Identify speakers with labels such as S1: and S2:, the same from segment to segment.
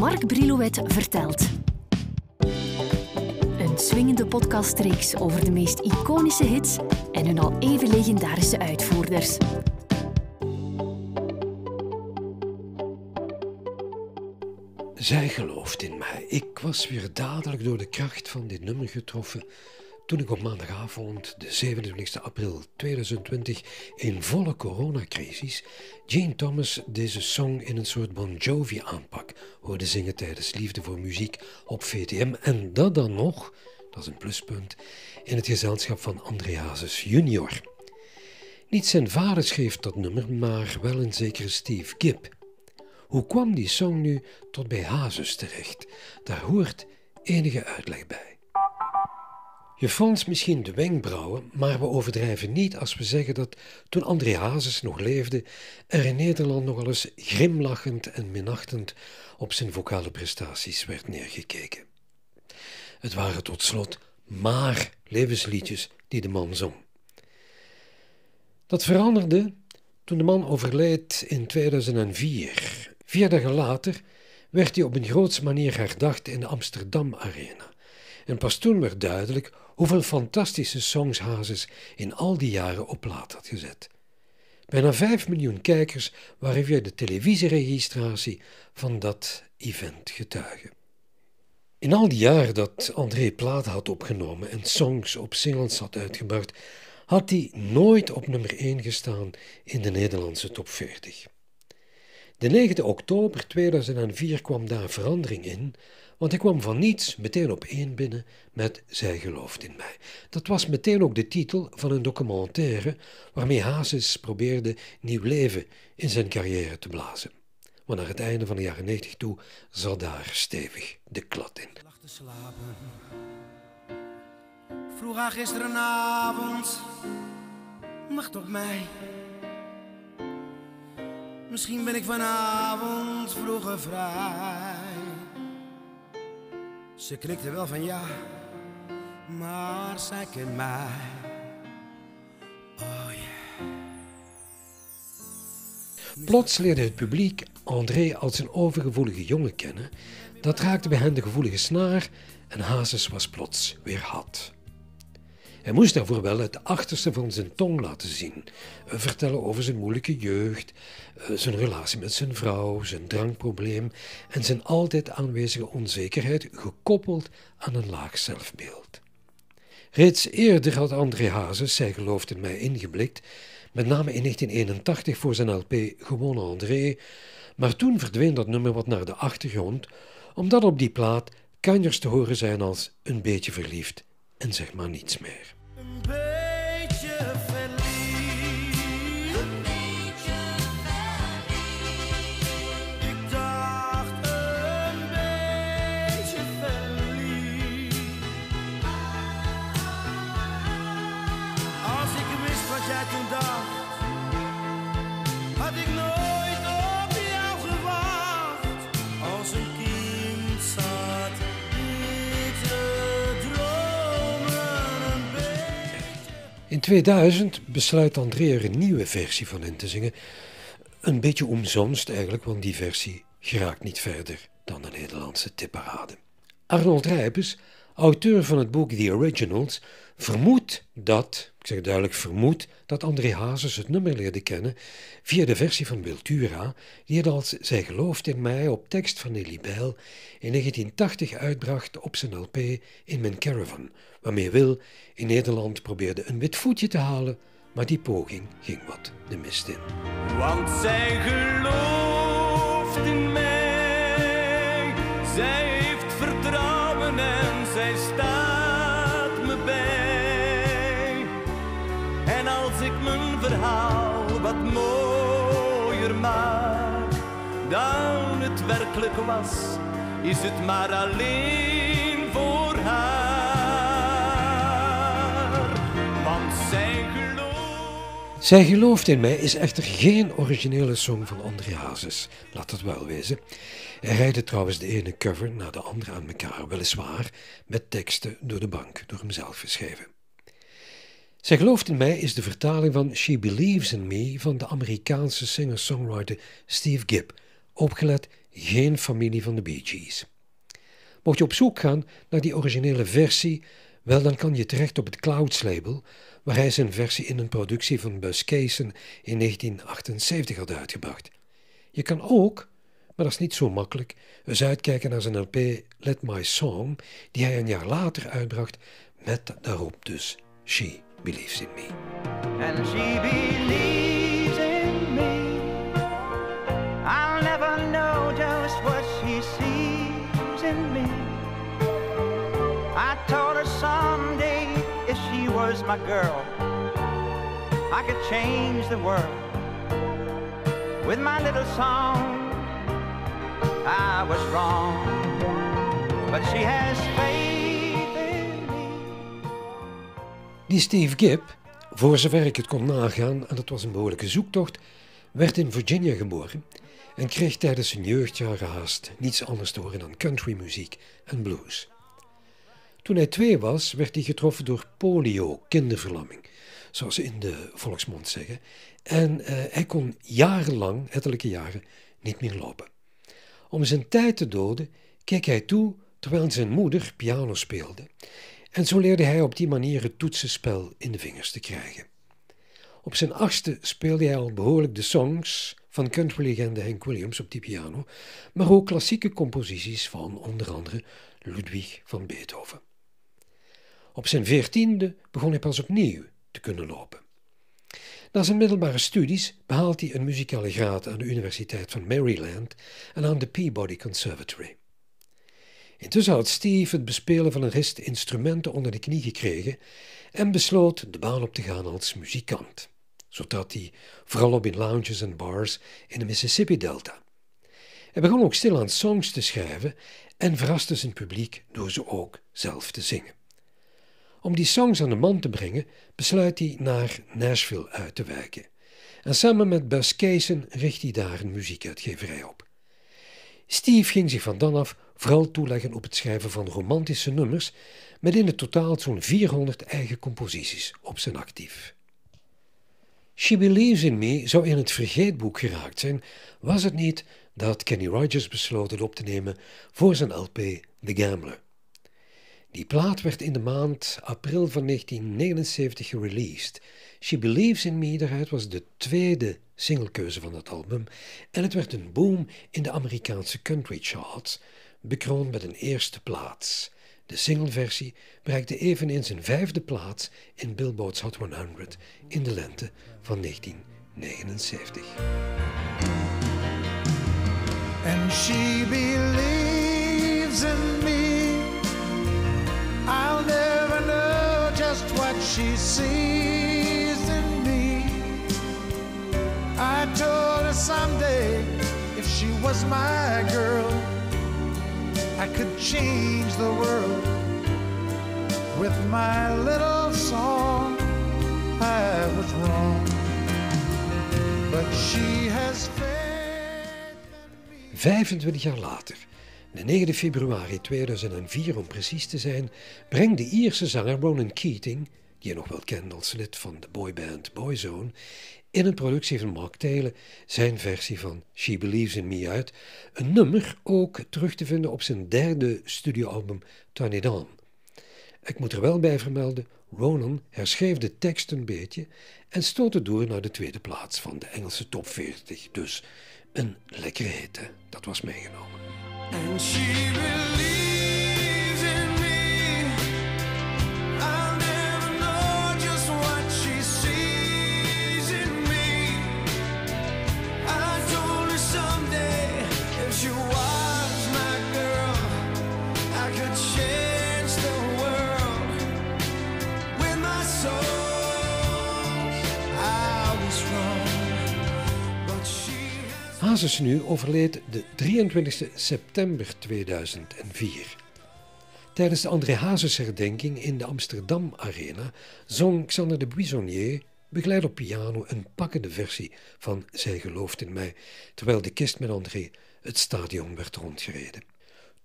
S1: Mark Brilouet vertelt. Een swingende podcastreeks over de meest iconische hits en hun al even legendarische uitvoerders.
S2: Zij gelooft in mij. Ik was weer dadelijk door de kracht van dit nummer getroffen toen ik op maandagavond, de 27 april 2020, in volle coronacrisis, Gene Thomas deze song in een soort Bon Jovi aanpak hoorde zingen tijdens Liefde voor Muziek op VTM. En dat dan nog, dat is een pluspunt, in het gezelschap van André Hazes junior. Niet zijn vader schreef dat nummer, maar wel een zekere Steve Gibb. Hoe kwam die song nu tot bij Hazes terecht? Daar hoort enige uitleg bij. Je fronst misschien de wenkbrauwen, maar we overdrijven niet als we zeggen dat toen André Hazes nog leefde, er in Nederland nogal eens grimlachend en minachtend op zijn vocale prestaties werd neergekeken. Het waren tot slot maar levensliedjes die de man zong. Dat veranderde toen de man overleed in 2004. 4 dagen later werd hij op een grootse manier herdacht in de Amsterdam Arena. En pas toen werd duidelijk hoeveel fantastische songs Hazes in al die jaren op plaat had gezet. Bijna 5 miljoen kijkers waren via de televisieregistratie van dat event getuigen. In al die jaren dat André platen had opgenomen en songs op singles had uitgebracht, had hij nooit op nummer 1 gestaan in de Nederlandse top 40. De 9 oktober 2004 kwam daar verandering in, want hij kwam van niets meteen op 1 binnen met Zij gelooft in mij. Dat was meteen ook de titel van een documentaire waarmee Hazes probeerde nieuw leven in zijn carrière te blazen. Want naar het einde van de jaren 90 toe zat daar stevig de klad in.
S3: Lag te slapen. Vroeg haar gisterenavond, wacht op mij. Misschien ben ik vanavond vroeger vrij. Ze knikte wel van ja, maar zij kent mij. Oh yeah.
S2: Plots leerde het publiek André als een overgevoelige jongen kennen. Dat raakte bij hen de gevoelige snaar en Hazes was plots weer hard. Hij moest daarvoor wel het achterste van zijn tong laten zien. Vertellen over zijn moeilijke jeugd, zijn relatie met zijn vrouw, zijn drankprobleem en zijn altijd aanwezige onzekerheid, gekoppeld aan een laag zelfbeeld. Reeds eerder had André Hazes Zij gelooft in mij ingeblikt, met name in 1981 voor zijn LP Gewoon André, maar toen verdween dat nummer wat naar de achtergrond, omdat op die plaat kanjers te horen zijn als Een beetje verliefd en zeg maar niets meer.
S3: Een beetje verliefd. Een beetje verliefd. Ik dacht een beetje verliefd. Als ik wist wat jij toen dacht, had ik nooit op jou gewacht. Als een kind zat ik te dromen een beetje.
S2: In 2000 besluit André er een nieuwe versie van in te zingen. Een beetje omsonst eigenlijk, want die versie geraakt niet verder dan de Nederlandse tipparade. Arnold Rijpes, auteur van het boek The Originals, vermoedt dat, ik zeg duidelijk vermoedt, dat André Hazes het nummer leerde kennen via de versie van Wiltura, die het als Zij gelooft in mij op tekst van Nelly Bijl in 1980 uitbracht op zijn LP In Mijn Caravan, waarmee Wil in Nederland probeerde een wit voetje te halen, maar die poging ging wat de mist in.
S4: Want zij gelooft in mij, zij heeft vertrouwen en zij staat me bij. En als ik mijn verhaal wat mooier maak dan het werkelijk was, is het maar alleen voor haar. Want zij gelooft.
S2: Zij gelooft in mij is echter geen originele song van André Hazes, laat dat wel wezen. Hij rijdt trouwens de ene cover na de andere aan elkaar, weliswaar met teksten door de bank, door hemzelf geschreven. Zij gelooft in mij is de vertaling van She Believes in Me van de Amerikaanse singer-songwriter Steve Gibb, opgelet geen familie van de Bee Gees. Mocht je op zoek gaan naar die originele versie, wel dan kan je terecht op het Clouds label, waar hij zijn versie in een productie van Buzz Cason in 1978 had uitgebracht. Je kan ook, maar dat is niet zo makkelijk, eens uitkijken naar zijn LP Let My Song, die hij een jaar later uitbracht met daarop dus She Believes in Me.
S5: And she believes in me. I'll never know just what she sees in me. I told her someday if she was my girl, I could change the world with my little song. I was wrong, but she has faith in me.
S2: Die Steve Gibb, voor zover ik het kon nagaan, en dat was een behoorlijke zoektocht, werd in Virginia geboren en kreeg tijdens zijn jeugdjaren haast niets anders te horen dan countrymuziek en blues. Toen hij 2 was, werd hij getroffen door polio, kinderverlamming, zoals ze in de volksmond zeggen, en hij kon jarenlang, ettelijke jaren, niet meer lopen. Om zijn tijd te doden keek hij toe terwijl zijn moeder piano speelde en zo leerde hij op die manier het toetsenspel in de vingers te krijgen. Op zijn 8e speelde hij al behoorlijk de songs van countrylegende Hank Williams op die piano, maar ook klassieke composities van onder andere Ludwig van Beethoven. Op zijn 14e begon hij pas opnieuw te kunnen lopen. Na zijn middelbare studies behaalt hij een muzikale graad aan de Universiteit van Maryland en aan de Peabody Conservatory. Intussen had Steve het bespelen van een rest instrumenten onder de knie gekregen en besloot de baan op te gaan als muzikant. Zo trad hij vooral op in lounges en bars in de Mississippi-delta. Hij begon ook stilaan songs te schrijven en verraste zijn publiek door ze ook zelf te zingen. Om die songs aan de man te brengen, besluit hij naar Nashville uit te wijken. En samen met Buzz Cason richt hij daar een muziekuitgeverij op. Steve ging zich van dan af vooral toeleggen op het schrijven van romantische nummers, met in het totaal zo'n 400 eigen composities op zijn actief. She Believes in Me zou in het vergeetboek geraakt zijn, was het niet dat Kenny Rogers besloot het op te nemen voor zijn LP The Gambler. Die plaat werd in de maand april van 1979 gereleased. She Believes in Me daaruit was de 2e singlekeuze van het album en het werd een boom in de Amerikaanse country charts, bekroond met een 1e plaats. De singleversie bereikte eveneens een 5e plaats in Billboard's Hot 100 in de lente van 1979.
S3: And she believes in me. I'll never know just what she sees in me. I told her someday if she was my girl, I could change the world with my little song. I was wrong, but she has faith in me.
S2: 25 jaar later, de 9 februari 2004 om precies te zijn, brengt de Ierse zanger Ronan Keating, die je nog wel kent als lid van de boyband Boyzone, in een productie van Mark Taylor zijn versie van She Believes in Me uit, een nummer ook terug te vinden op zijn 3e studioalbum Turn It On. Ik moet er wel bij vermelden, Ronan herschreef de tekst een beetje en stootte door naar de 2e plaats van de Engelse top 40, dus een lekkere hitte, dat was meegenomen.
S3: And she believes in me. I'll never know just what she sees in me. I told her someday if she was my girl, I could change the world with my songs. I was wrong, but she has...
S2: Hazes overleed de 23 september 2004. Tijdens de André Hazes herdenking in de Amsterdam Arena zong Xander de Buissonnier, begeleid op piano, een pakkende versie van Zij gelooft in mij, terwijl de kist met André het stadion werd rondgereden.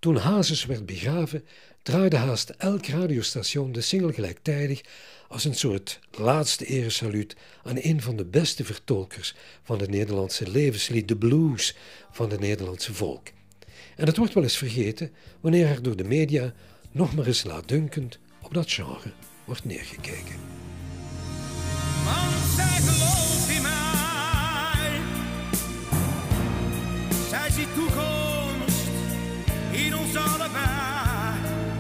S2: Toen Hazes werd begraven, draaide haast elk radiostation de single gelijktijdig als een soort laatste eresaluut aan een van de beste vertolkers van het Nederlandse levenslied, de blues van het Nederlandse volk. En het wordt wel eens vergeten wanneer er door de media nog maar eens laatdunkend op dat genre wordt neergekeken.
S3: Want zij gelooft in mij. Zij ziet toekomst in ons allebei.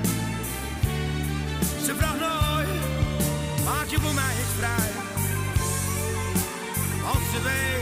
S3: Ze vraagt nooit, maak je voor mij eens vrij. Want ze weet